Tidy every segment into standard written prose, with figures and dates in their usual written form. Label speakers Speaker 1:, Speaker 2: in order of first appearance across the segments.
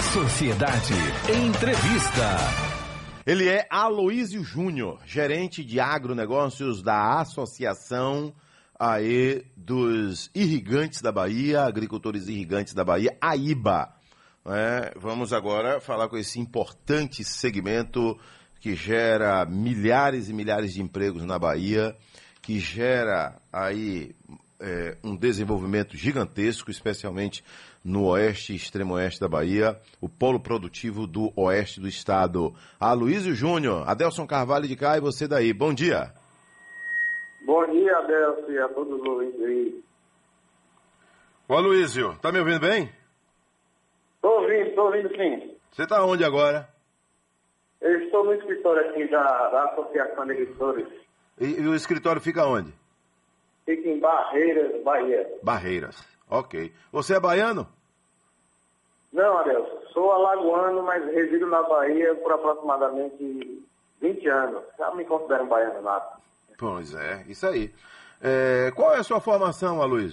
Speaker 1: Sociedade Entrevista.
Speaker 2: Ele é Aloísio Júnior, gerente de agronegócios da Associação dos Irrigantes da Bahia, Agricultores Irrigantes da Bahia, AIBA. Vamos agora falar com esse importante segmento que gera milhares e milhares de empregos na Bahia, que gera aí um desenvolvimento gigantesco, especialmente no oeste e extremo oeste da Bahia, o polo produtivo do oeste do estado. Aloísio Júnior, Adelson Carvalho de cá e você daí. Bom dia.
Speaker 3: Bom dia, Adelson, e a todos os ouvintes aí.
Speaker 2: Ô Aloísio, tá me ouvindo bem?
Speaker 3: Tô ouvindo sim.
Speaker 2: Você tá onde agora?
Speaker 3: Eu estou no escritório aqui da Associação de Agricultores.
Speaker 2: E o escritório fica onde?
Speaker 3: Fica em Barreiras, Bahia.
Speaker 2: Barreiras, ok. Você é baiano?
Speaker 3: Não, Adelson, sou alagoano, mas resido na Bahia por aproximadamente 20 anos. Já me considero um baiano nato.
Speaker 2: Pois é, isso aí. Qual é a sua formação, Aloísio?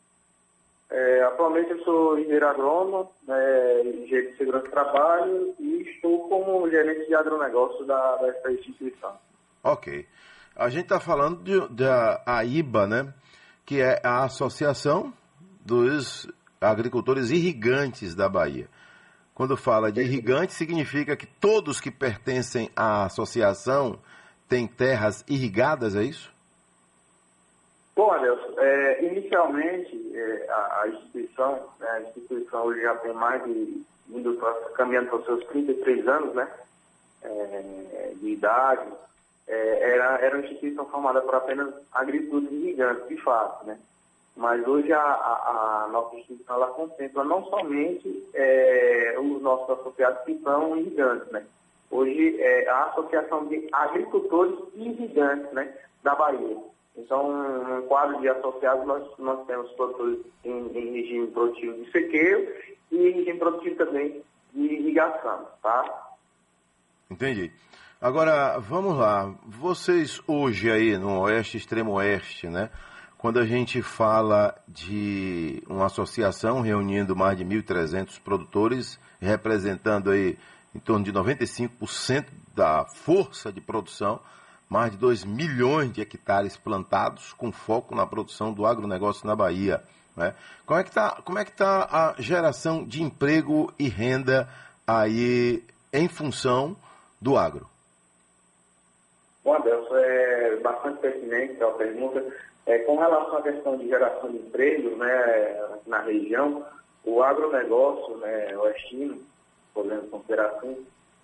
Speaker 3: Atualmente eu sou engenheiro agrônomo, engenheiro de segurança do trabalho e estou como gerente de agronegócio dessa instituição.
Speaker 2: Ok. A gente está falando da AIBA, né? Que é a Associação dos Agricultores Irrigantes da Bahia. Quando fala de irrigante, significa que todos que pertencem à associação têm terras irrigadas, é isso?
Speaker 3: Bom, Adelson, inicialmente a instituição hoje já tem mais caminhando para os seus 33 anos, né? De idade. Era uma instituição formada por apenas agricultores irrigantes, de fato, né? Mas hoje a nossa instituição ela contempla não somente os nossos associados que são irrigantes, né? Hoje a Associação de Agricultores Irrigantes, né, da Bahia. Então, no quadro de associados, nós temos produtores em regime produtivo de sequeiro e em regime produtivo também de irrigação, tá?
Speaker 2: Entendi. Agora, vamos lá. Vocês hoje aí no oeste, extremo oeste, né? Quando a gente fala de uma associação reunindo mais de 1.300 produtores, representando aí em torno de 95% da força de produção, mais de 2 milhões de hectares plantados com foco na produção do agronegócio na Bahia, né? Como é que tá a geração de emprego e renda aí em função do agro?
Speaker 3: Bom, Adelson, é bastante pertinente a pergunta. Com relação à questão de geração de emprego, né, na região, o agronegócio, né, oestino, podemos considerar assim,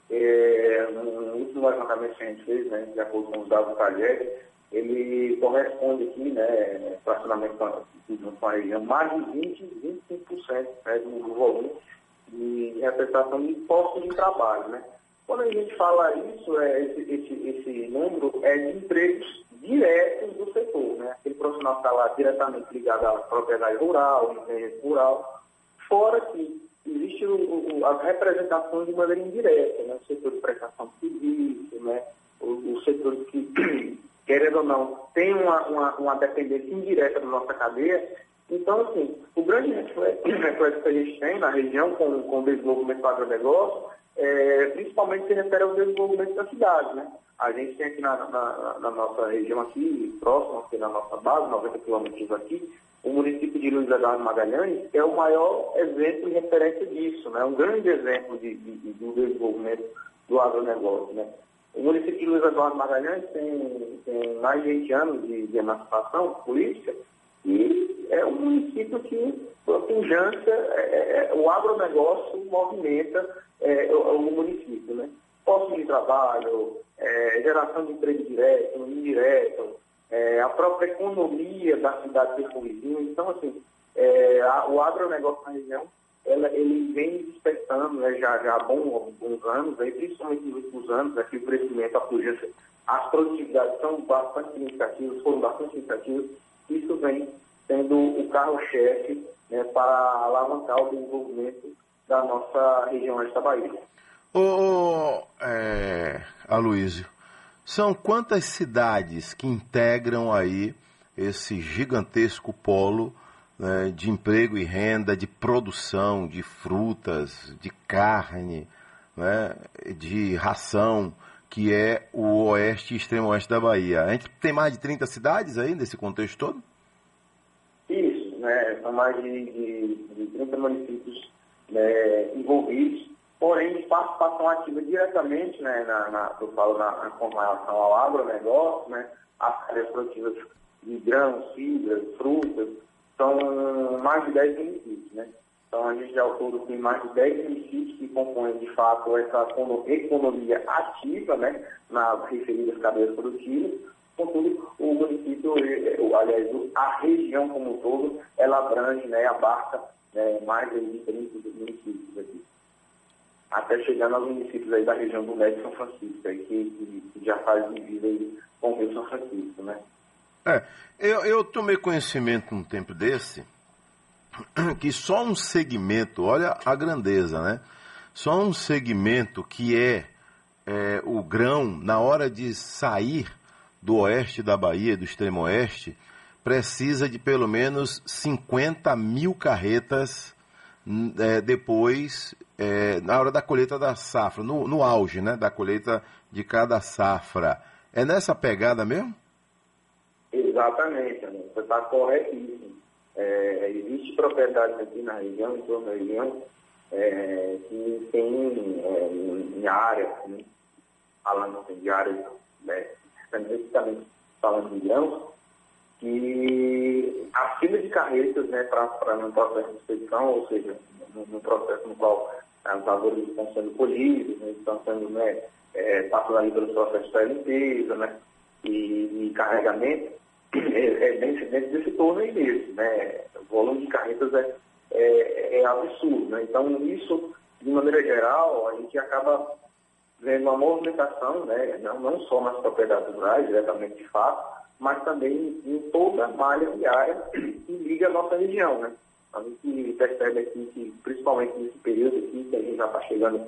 Speaker 3: no último levantamento que a gente fez, né, de acordo com os dados do CAGED, ele corresponde aqui, né, praticamente com a região, mais de 25%, né, do volume de representação de postos de trabalho, né. Quando a gente fala isso, esse número é de empregos diretos do setor, né? Aquele profissional que está lá diretamente ligado à propriedade rural, engenharia rural, fora que existe as representações de maneira indireta, né? O setor de prestação de serviço, né? Os setores que, querendo ou não, tem uma dependência indireta da nossa cadeia. Então, assim, o grande reflexo que a gente tem na região com o desenvolvimento do agronegócio, principalmente se refere ao desenvolvimento da cidade, né? A gente tem aqui na nossa região aqui, próximo aqui na nossa base, 90 quilômetros aqui, o município de Luiz Eduardo Magalhães é o maior exemplo e referência disso, né? Um grande exemplo do desenvolvimento do agronegócio, né? O município de Luiz Eduardo Magalhães tem mais de 20 anos de emancipação política e é um município que, por pujança, o agronegócio movimenta o município, né? Postos de trabalho, geração de emprego direto, indireto, a própria economia da cidade circunvizinha. Então, assim, o agronegócio na região, ele vem despertando, né, já há bons anos, aí, principalmente nos últimos anos, aqui o crescimento, a pujança, as produtividades foram bastante significativas, isso vem sendo o carro-chefe, né, para alavancar o desenvolvimento da nossa região oeste da Bahia.
Speaker 2: Aloísio, são quantas cidades que integram aí esse gigantesco polo né, de emprego e renda, de produção, de frutas, de carne, né, de ração, que é o oeste e extremo oeste da Bahia. A gente tem mais de 30 cidades aí nesse contexto todo?
Speaker 3: Isso, né? São mais de 30 municípios, né, envolvidos, porém de participação ativa diretamente, né, eu falo com relação ao agronegócio, né, as áreas produtivas de grãos, fibras, frutas, são mais de 10 municípios, né? Então a gente já ao todo tem mais de 10 municípios que compõem de fato essa economia ativa, né, nas referidas cadeias produtivas. Contudo, o município, aliás, a região como um todo, ela abrange, né, abarca, né, mais de 30 municípios aqui. Até chegando aos municípios aí da região do Médio São Francisco, aí, que já faz divisa aí com o Rio São Francisco, né?
Speaker 2: Eu tomei conhecimento um tempo desse, que só um segmento, olha a grandeza, né? Só um segmento que é o grão, na hora de sair do oeste da Bahia, do extremo oeste, precisa de pelo menos 50 mil carretas depois, na hora da colheita da safra, no auge, né, da colheita de cada safra. É nessa pegada mesmo?
Speaker 3: Exatamente, você está corretíssimo. Existe propriedades aqui na região, em torno da região, que tem em áreas, né, falando de áreas, né, especificamente falando de grãos, que a fila de carretas, né, para um processo de expedição, ou seja, num processo no qual os valores estão sendo colhidos, né, estão sendo, né, passando ali pelos processos de limpeza, né, e carregamento, dentro desse torno aí mesmo, né? O volume de carretas é absurdo, né? Então, isso, de maneira geral, a gente acaba vendo uma movimentação, né? Não só nas propriedades rurais, diretamente de fato, mas também em toda a malha viária que liga a nossa região, né? A gente percebe aqui que, principalmente nesse período aqui, que a gente já está chegando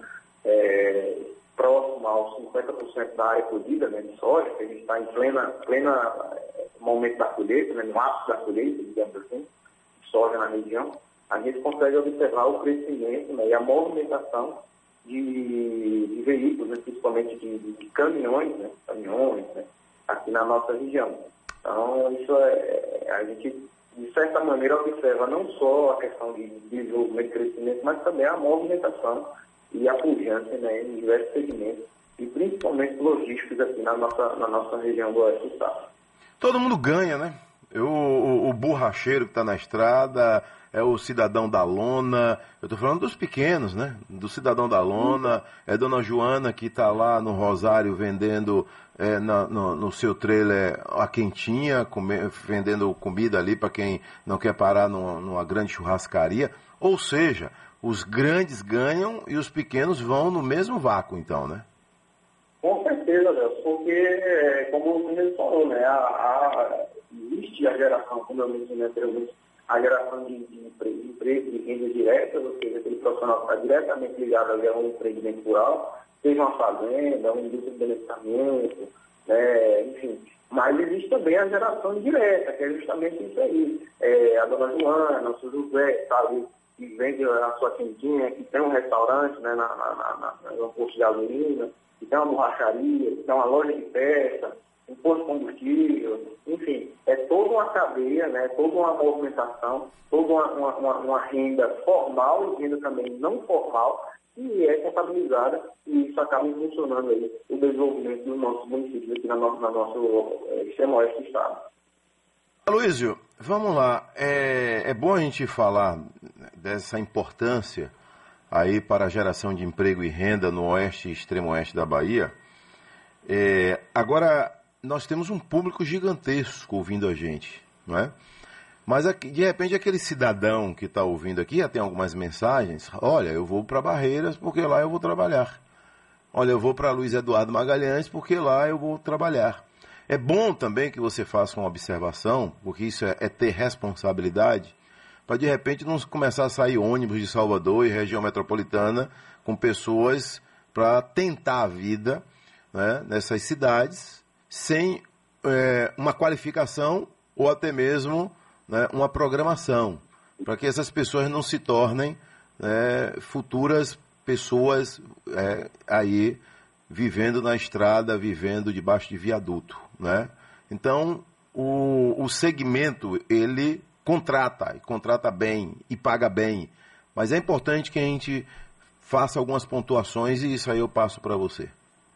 Speaker 3: próximo aos 50% da área colhida, né, de soja, que a gente está em plena momento da colheita, né, no ápice da colheita, digamos assim, de soja na região, a gente consegue observar o crescimento, né, e a movimentação de veículos, né, principalmente de caminhões, né, aqui na nossa região. Então, isso a gente, de certa maneira, observa não só a questão de desenvolvimento e crescimento, mas também a movimentação e a pujança, né, em diversos segmentos, e principalmente logísticos aqui na nossa região do oeste do estado.
Speaker 2: Todo mundo ganha, né? O borracheiro que está na estrada, é o cidadão da lona, eu estou falando dos pequenos, né? Do cidadão da lona, é Dona Joana que está lá no Rosário vendendo no seu trailer a quentinha, vendendo comida ali para quem não quer parar numa grande churrascaria. Ou seja, os grandes ganham e os pequenos vão no mesmo vácuo, então, né?
Speaker 3: Com certeza, Nelson, porque, como você mesmo falou, né, existe a geração, como eu mencionei anteriormente, a geração de emprego de renda direta, ou seja, aquele profissional que está diretamente ligado a um empreendimento rural, seja uma fazenda, uma indústria de beneficiamento, né, enfim. Mas existe também a geração indireta, que é justamente isso aí. A Dona Joana, o seu José, que está ali, que vende a sua quentinha, que tem um restaurante, né, no posto de gasolina, que tem uma borracharia, que tem uma loja de peça, um posto de combustível, enfim, é toda uma cadeia, né, toda uma movimentação, toda uma renda formal e renda também não formal, que é contabilizada, e isso acaba funcionando aí o desenvolvimento dos nossos municípios aqui no nosso extremo oeste do estado.
Speaker 2: Aloysio, vamos lá, é bom a gente falar dessa importância aí para a geração de emprego e renda no oeste e extremo oeste da Bahia. Agora, nós temos um público gigantesco ouvindo a gente, não é? Mas, de repente, aquele cidadão que está ouvindo aqui, já tem algumas mensagens, olha, eu vou para Barreiras porque lá eu vou trabalhar. Olha, eu vou para Luiz Eduardo Magalhães porque lá eu vou trabalhar. É bom também que você faça uma observação, porque isso é ter responsabilidade, para de repente não começar a sair ônibus de Salvador e região metropolitana com pessoas para tentar a vida, né, nessas cidades sem uma qualificação ou até mesmo né, uma programação, para que essas pessoas não se tornem futuras pessoas aí vivendo na estrada, vivendo debaixo de viaduto, né? Então, o segmento, ele contrata bem e paga bem, mas é importante que a gente faça algumas pontuações e isso aí eu passo para você.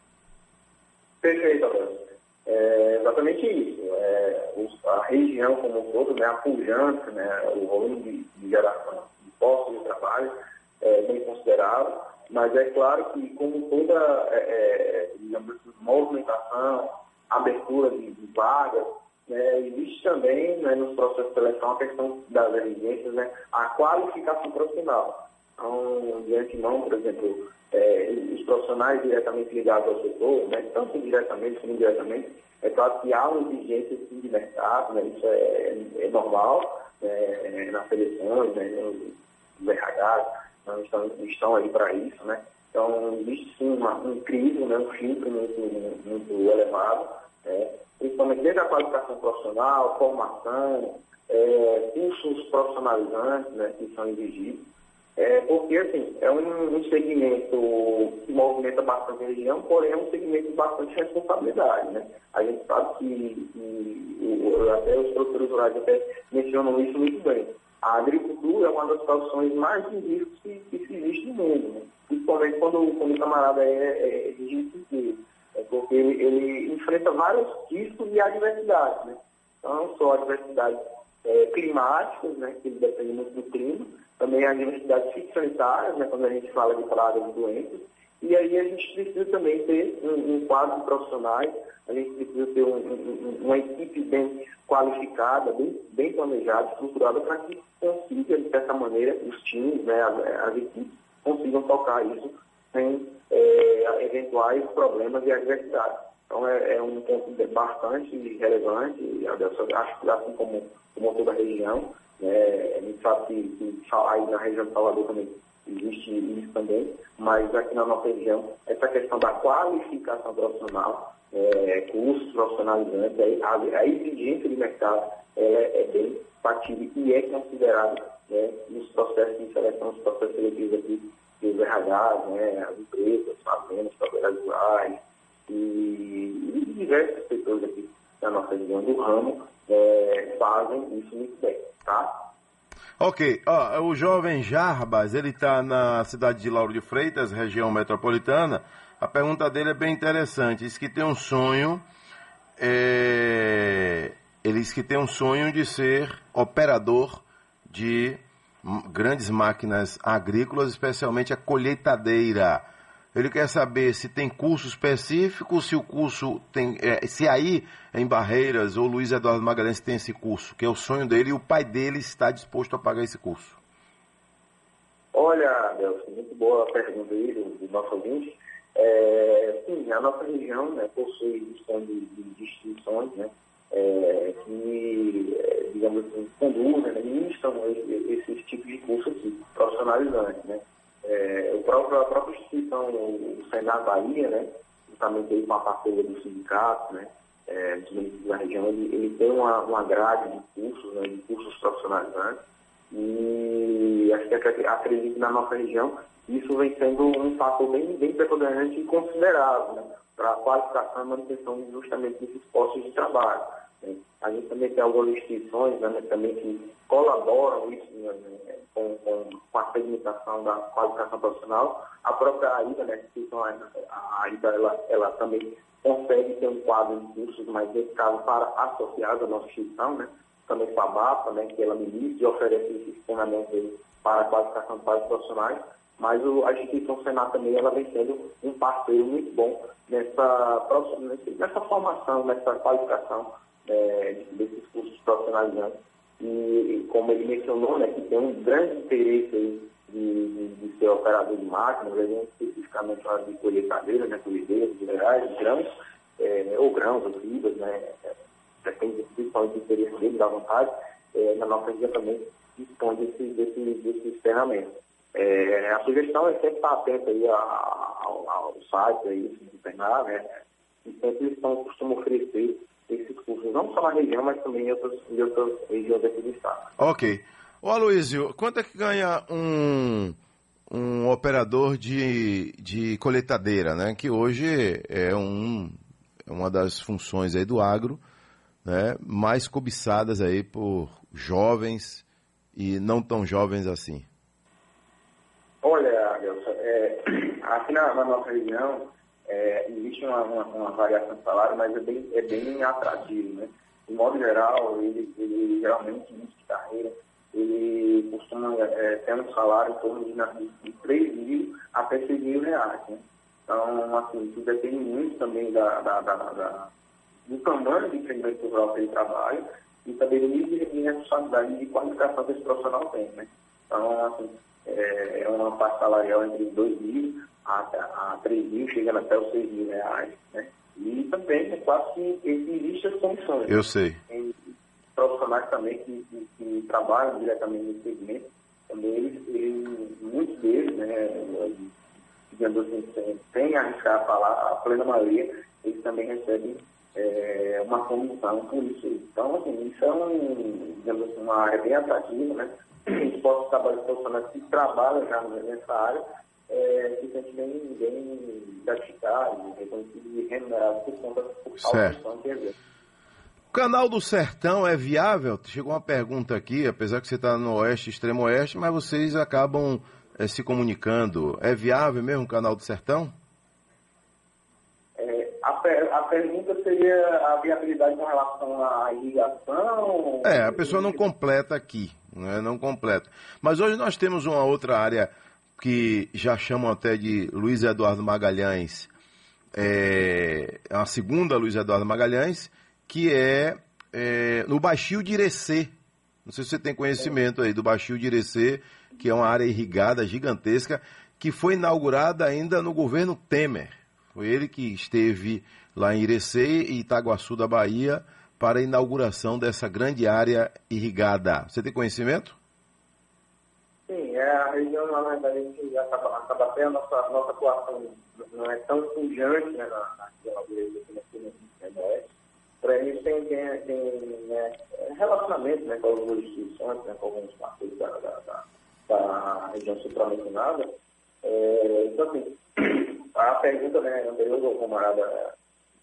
Speaker 3: Perfeito, Alberto. É exatamente isso. A região como um todo, né, a pujança, né, o volume de geração de postos de trabalho é bem considerável, mas é claro que como toda digamos, movimentação, abertura de vagas, né, existe também, né, nos processos de seleção a questão das exigências, né, a qualificação profissional. Então, de antemão, por exemplo, os profissionais diretamente ligados ao setor, né, tanto diretamente como indiretamente, é claro que há uma exigência sim, de mercado, né, isso é normal, nas seleções, né, nos RH, estão aí para isso, né. Então, existe sim um crivo, né, um filtro muito elevado, né, principalmente desde a qualificação profissional, formação, cursos profissionalizantes, né, que são exigidos. Porque, assim, é um segmento que movimenta bastante a região, porém é um segmento de bastante responsabilidade, né? A gente sabe que até os produtores rurais até mencionam isso muito bem. A agricultura é uma das profissões mais riscos que existe no mundo, né? Principalmente quando o camarada é exigente, porque ele enfrenta vários riscos e adversidades, né? Então, não só adversidades climáticas, né, que dependem muito do clima, também as adversidades fitossanitárias, né, quando a gente fala de pragas e doenças, e aí a gente precisa também ter um quadro de profissionais, a gente precisa ter uma equipe bem qualificada, bem planejada, estruturada, para que consiga, de certa maneira, os times, né, as equipes, consigam tocar isso sem eventuais problemas e adversidades. Então, é um ponto bastante relevante, acho que assim como toda a região, né, a gente sabe que aí na região de Salvador também existe isso também, mas aqui na nossa região, essa questão da qualificação profissional, cursos profissionalizantes, a exigência de mercado é bem factível e é considerada, né, nos processos de seleção, nos processos seletivos aqui, dos RH, né, as empresas, fazendas, propriedades rurais e diversos setores aqui da nossa região do ramo fazem isso muito bem, tá?
Speaker 2: Ok, o jovem Jarbas, ele está na cidade de Lauro de Freitas, região metropolitana. A pergunta dele é bem interessante. Diz que tem um sonho, ele diz que tem um sonho de ser operador de grandes máquinas agrícolas, especialmente a colheitadeira. Ele quer saber se tem curso específico, se o curso tem, se aí em Barreiras ou Luiz Eduardo Magalhães tem esse curso, que é o sonho dele, e o pai dele está disposto a pagar esse curso.
Speaker 3: Olha, Delcio, muito boa a pergunta aí do nosso ouvinte. Sim, a nossa região, né, possui gestão de instituições, né, que, digamos assim, conduzem, né, ministram esses tipos de cursos aqui, profissionalizantes, né. A própria instituição, o Senar Bahia, né, justamente aí com a parceria do sindicato, né, dos municípios da região, ele tem uma grade de cursos, né, de cursos profissionalizantes, e acredito que na nossa região isso vem sendo um fator bem preponderante e considerável, né, para a qualificação e manutenção justamente desses postos de trabalho. Né. A gente também tem algumas instituições, né, também que colaboram isso, né, com a segmentação da qualificação profissional. A própria AIDA, né, a AIDA, ela também consegue ter um quadro de cursos mais dedicados para associados à nossa instituição, né, também com a BAPA, né, que ela ministra e oferece esse treinamento para a qualificação de quadros profissionais, mas a instituição Senar também ela vem sendo um parceiro muito bom nessa formação, nessa qualificação desses cursos profissionalizantes. E como ele mencionou, né, que tem um grande interesse aí de ser operador de máquinas, especificamente na de colheitadeira, né, colhedeiras, minerais, grãos, ou grãos, ou fibras, né, depende principalmente do interesse dele, da vontade, na nossa região também dispõe desses treinamentos. A sugestão é sempre estar atento aí ao site aí, do Senar, né, e sempre eles costumam oferecer esses cursos, não só na região, mas também em outras regiões aqui do estado.
Speaker 2: Ok. Ô Aloysio, quanto é que ganha um operador de colheitadeira, né? Que hoje é uma das funções aí do agro, né? Mais cobiçadas aí por jovens e não tão jovens assim.
Speaker 3: Olha, Adelson, aqui na nossa região existe uma variação de salário, mas é bem atrativo, né? De modo geral, ele geralmente, início de carreira, ele costuma ter um salário em torno de 3 mil até 6 mil reais, né? Então, assim, isso depende muito também do tamanho de empreendimento rural que ele trabalha e também do nível de responsabilidade e de qualificação que esse profissional tem, né? Então, assim, é uma faixa salarial entre 2 mil a 3 mil, chegando até os 6 mil reais, né? E também, é claro que existem as comissões.
Speaker 2: Eu sei.
Speaker 3: Tem profissionais também que trabalham diretamente no segmento, também muitos deles, né, digamos assim, sem arriscar a falar, a plena maioria, eles também recebem uma comissão por isso. Então, assim, isso é digamos assim, uma área bem atrativa, né? Os postos de trabalho profissionais que trabalham já nessa área se sentem bem gratificados, reconhecidos e remunerados por conta da função que exerce.
Speaker 2: O Canal do Sertão é viável? Chegou uma pergunta aqui, apesar que você está no oeste, extremo oeste, mas vocês acabam se comunicando. É viável mesmo o Canal do Sertão?
Speaker 3: A pergunta seria a viabilidade com relação à irrigação?
Speaker 2: A pessoa não completa aqui, né? Não completa. Mas hoje nós temos uma outra área que já chamam até de Luiz Eduardo Magalhães, a segunda Luiz Eduardo Magalhães, que é no Baixio de Irecê. Não sei se você tem conhecimento aí do Baixio de Irecê, que é uma área irrigada gigantesca, que foi inaugurada ainda no governo Temer. Foi ele que esteve lá em Irecê e Itaguaçu da Bahia para a inauguração dessa grande área irrigada. Você tem conhecimento?
Speaker 3: Sim, a região, na verdade, a gente acaba até a nossa atuação não é tão pujante, né, na região do oeste. Para eles tem relacionamento, né, com algumas instituições, né, com alguns parceiros da região supramencionada. Então, assim, a pergunta, né, anterior ao camarada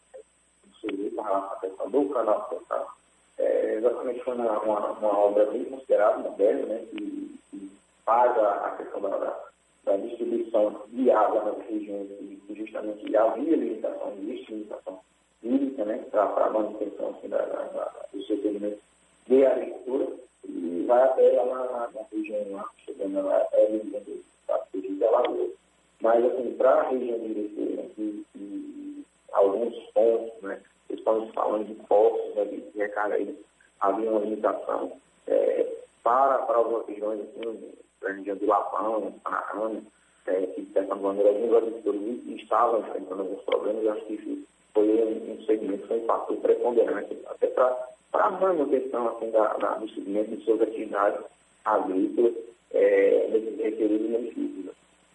Speaker 3: com relação à questão do canal central, exatamente foi uma obra bem considerada, moderna, né, que faz a questão da distribuição de água nas regiões que justamente havia limitação, existe limitação hídrica, né, para a manutenção assim, do seu segmento de agricultura, e vai até lá na região, lá, chegando lá até a região do estado de Alagoas. Mas, assim, para a região de Irecê, né, que alguns pontos, né, estamos falando de postos, né, de recarga, havia uma limitação para algumas regiões, assim, para a região de Lapão, Panarama, que, de certa maneira, alguns agricultores estavam enfrentando alguns problemas. Eu acho que isso foi um segmento que foi um fator preponderante, até para a manutenção assim, do segmento de suas atividades agrícolas nesses referidos municípios.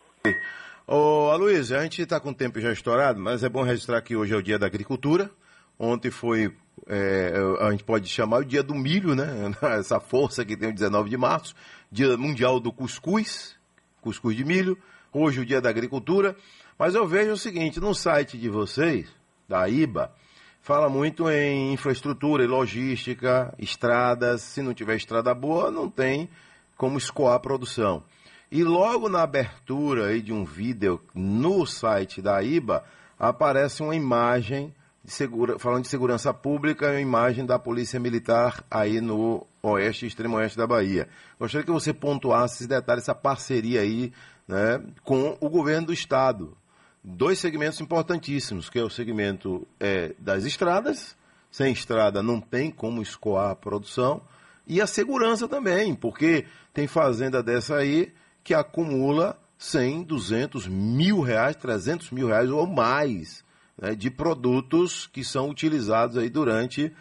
Speaker 2: Ô, Aloysio, a gente está com o tempo já estourado, mas é bom registrar que hoje é o Dia da Agricultura. Ontem foi, a gente pode chamar o Dia do Milho, né? Essa força que tem o 19 de março. Dia Mundial do Cuscuz de milho. Hoje o Dia da Agricultura. Mas eu vejo o seguinte, no site de vocês, da IBA, fala muito em infraestrutura e logística, estradas. Se não tiver estrada boa, não tem como escoar a produção. E logo na abertura aí de um vídeo no site da IBA, aparece uma imagem falando de segurança pública, uma imagem da Polícia Militar aí no oeste, extremo oeste da Bahia. Gostaria que você pontuasse esses detalhes, essa parceria aí, né, com o governo do Estado. Dois segmentos importantíssimos, que é o segmento das estradas. Sem estrada não tem como escoar a produção. E a segurança também, porque tem fazenda dessa aí que acumula 100, 200 mil reais, 300 mil reais ou mais, né, de produtos que são utilizados aí durante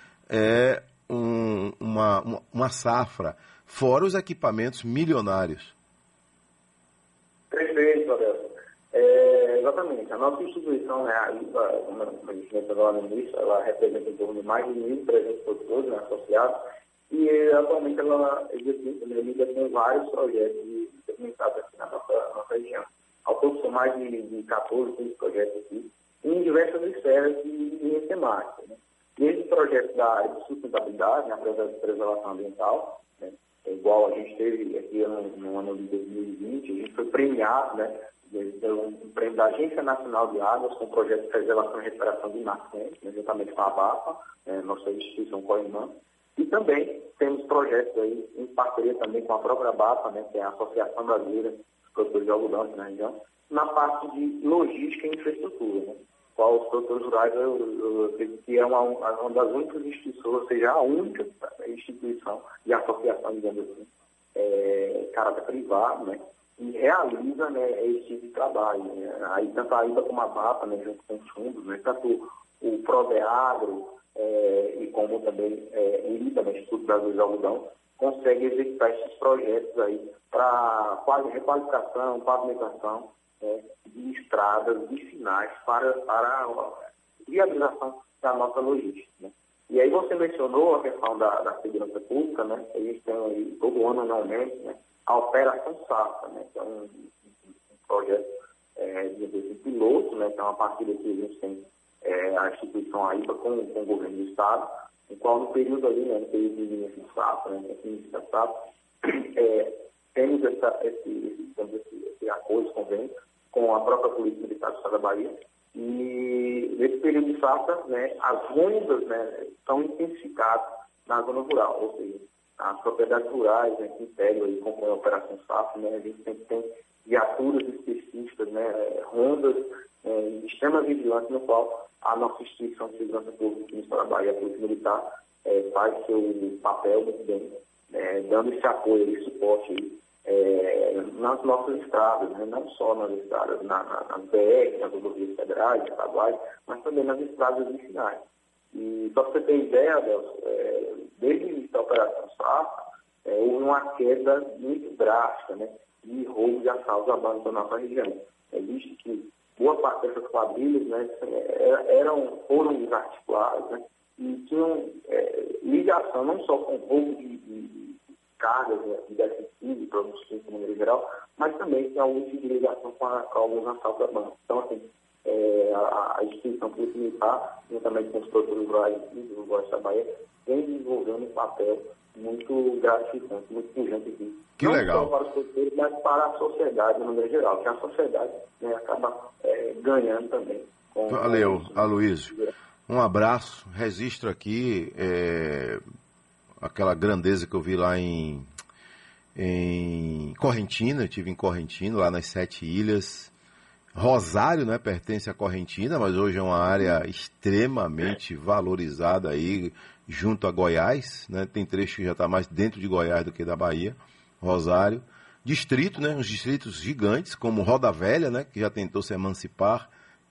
Speaker 2: uma safra, fora os equipamentos milionários.
Speaker 3: Perfeito, Adelson. exatamente. A nossa instituição, né, a IPA, como a gente mencionou no início, ela representa em torno de mais de 1.300 produtores, né, associados, e atualmente ela lida com vários projetos implementados aqui na nossa região. Ao todo são mais de 14, 15 projetos aqui, em diversas esferas e temáticas. Né? Desde projetos da área de sustentabilidade, né, através da preservação ambiental, né, igual a gente teve aqui no ano de 2020, a gente foi premiado, né, um prêmio da Agência Nacional de Águas com o projeto de preservação e recuperação de nascentes, né, juntamente com a ABAPA, nossa instituição co-irmã. E também temos projetos aí em parceria também com a própria ABAPA, né, que é a Associação Brasileira dos Produtores de Algodão aqui na região, na parte de logística e infraestrutura, né, qual os produtores rurais, eu acredito que é uma das únicas instituições, ou seja, a única instituição de associação, digamos assim, caráter privado, né, e realiza, né, esse tipo de trabalho. Né? Aí tanto a IBA como a BAPA, né, junto com os fundos, né, tanto o Prodeagro e como também o IBA, né, Instituto Brasileiro de Algodão, consegue executar esses projetos aí para requalificação, pavimentação de estradas vicinais para a viabilização da nossa logística. Né? E aí você mencionou a questão da segurança pública, né? A gente tem aí, todo ano anualmente, né, a Operação Safra, né, que é um projeto de piloto, né, que é uma partilha que a gente tem a instituição AIBA com o governo do Estado, em qual no período ali, né, no período de linha de safra, né, que da safra, temos esse acordo, esse convênio com a própria Polícia Militar do Estado da Bahia, e nesse período de safra, né, as rondas, né, são intensificadas na zona rural, ou seja, as propriedades rurais, né, que integram aí com a Operação Safra, né, a gente sempre tem viaturas específicas, né, rondas de extrema vigilância, no qual a nossa instituição de segurança pública aqui no Estado da Bahia, a Polícia Militar, faz seu papel muito bem, dando esse apoio e suporte aí, nas nossas estradas, né, não só nas estradas, nas BR, nas rodovias federais, estaduais, mas também nas estradas vicinais. E só para você ter ideia, Adelson, desde o início da Operação Safra, houve uma queda muito drástica, né, de roubo de assaltos a bancos da nossa região. Visto que boa parte dessas quadrilhas, né, foram desarticuladas, né, e tinham ligação não só com roubo de cargas, né, de defensivos, produtos de maneira geral, mas também tem algum tipo de ligação com alguns assaltos a bancos. Então, assim, a instituição Polícia Militar, juntamente com os produtores rurais do Goiás da Bahia, vem desenvolvendo um papel muito gratificante, muito pujante aqui.
Speaker 2: Que
Speaker 3: não
Speaker 2: legal.
Speaker 3: só para os produtores, mas para a sociedade, de maneira geral, que a sociedade, né, acaba ganhando também.
Speaker 2: Valeu, Aloysio. Um abraço, registro aqui aquela grandeza que eu vi lá em Correntina, eu estive em Correntina, lá nas 7 ilhas. Rosário, né, pertence à Correntina, mas hoje é uma área extremamente valorizada aí, junto a Goiás, né, tem trecho que já está mais dentro de Goiás do que da Bahia, Rosário. Distrito, né, uns distritos gigantes, como Roda Velha, né, que já tentou se emancipar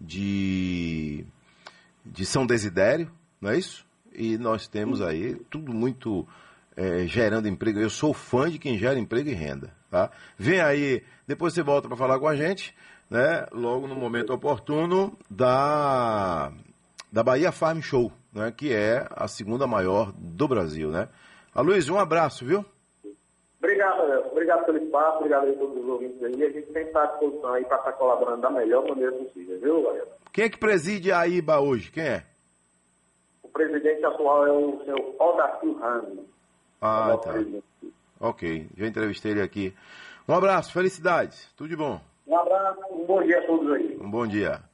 Speaker 2: de São Desidério, não é isso? E nós temos aí tudo muito gerando emprego. Eu sou fã de quem gera emprego e renda, tá? Vem aí, depois você volta para falar com a gente, né, logo no momento oportuno da Bahia Farm Show, né, que é a segunda maior do Brasil, né? Aloysio, um abraço, viu?
Speaker 3: Obrigado, Nelson. Obrigado pelo espaço, obrigado a todos os ouvintes aí. A gente sempre está à disposição aí para estar colaborando da melhor maneira possível, viu, galera?
Speaker 2: Quem é que preside a IBA hoje? Quem é?
Speaker 3: O presidente atual é o senhor Odacil Ramos.
Speaker 2: Ah, tá. Ok, já entrevistei ele aqui. Um abraço, felicidades, tudo de bom.
Speaker 3: Um abraço, um bom dia a todos aí.
Speaker 2: Um bom dia.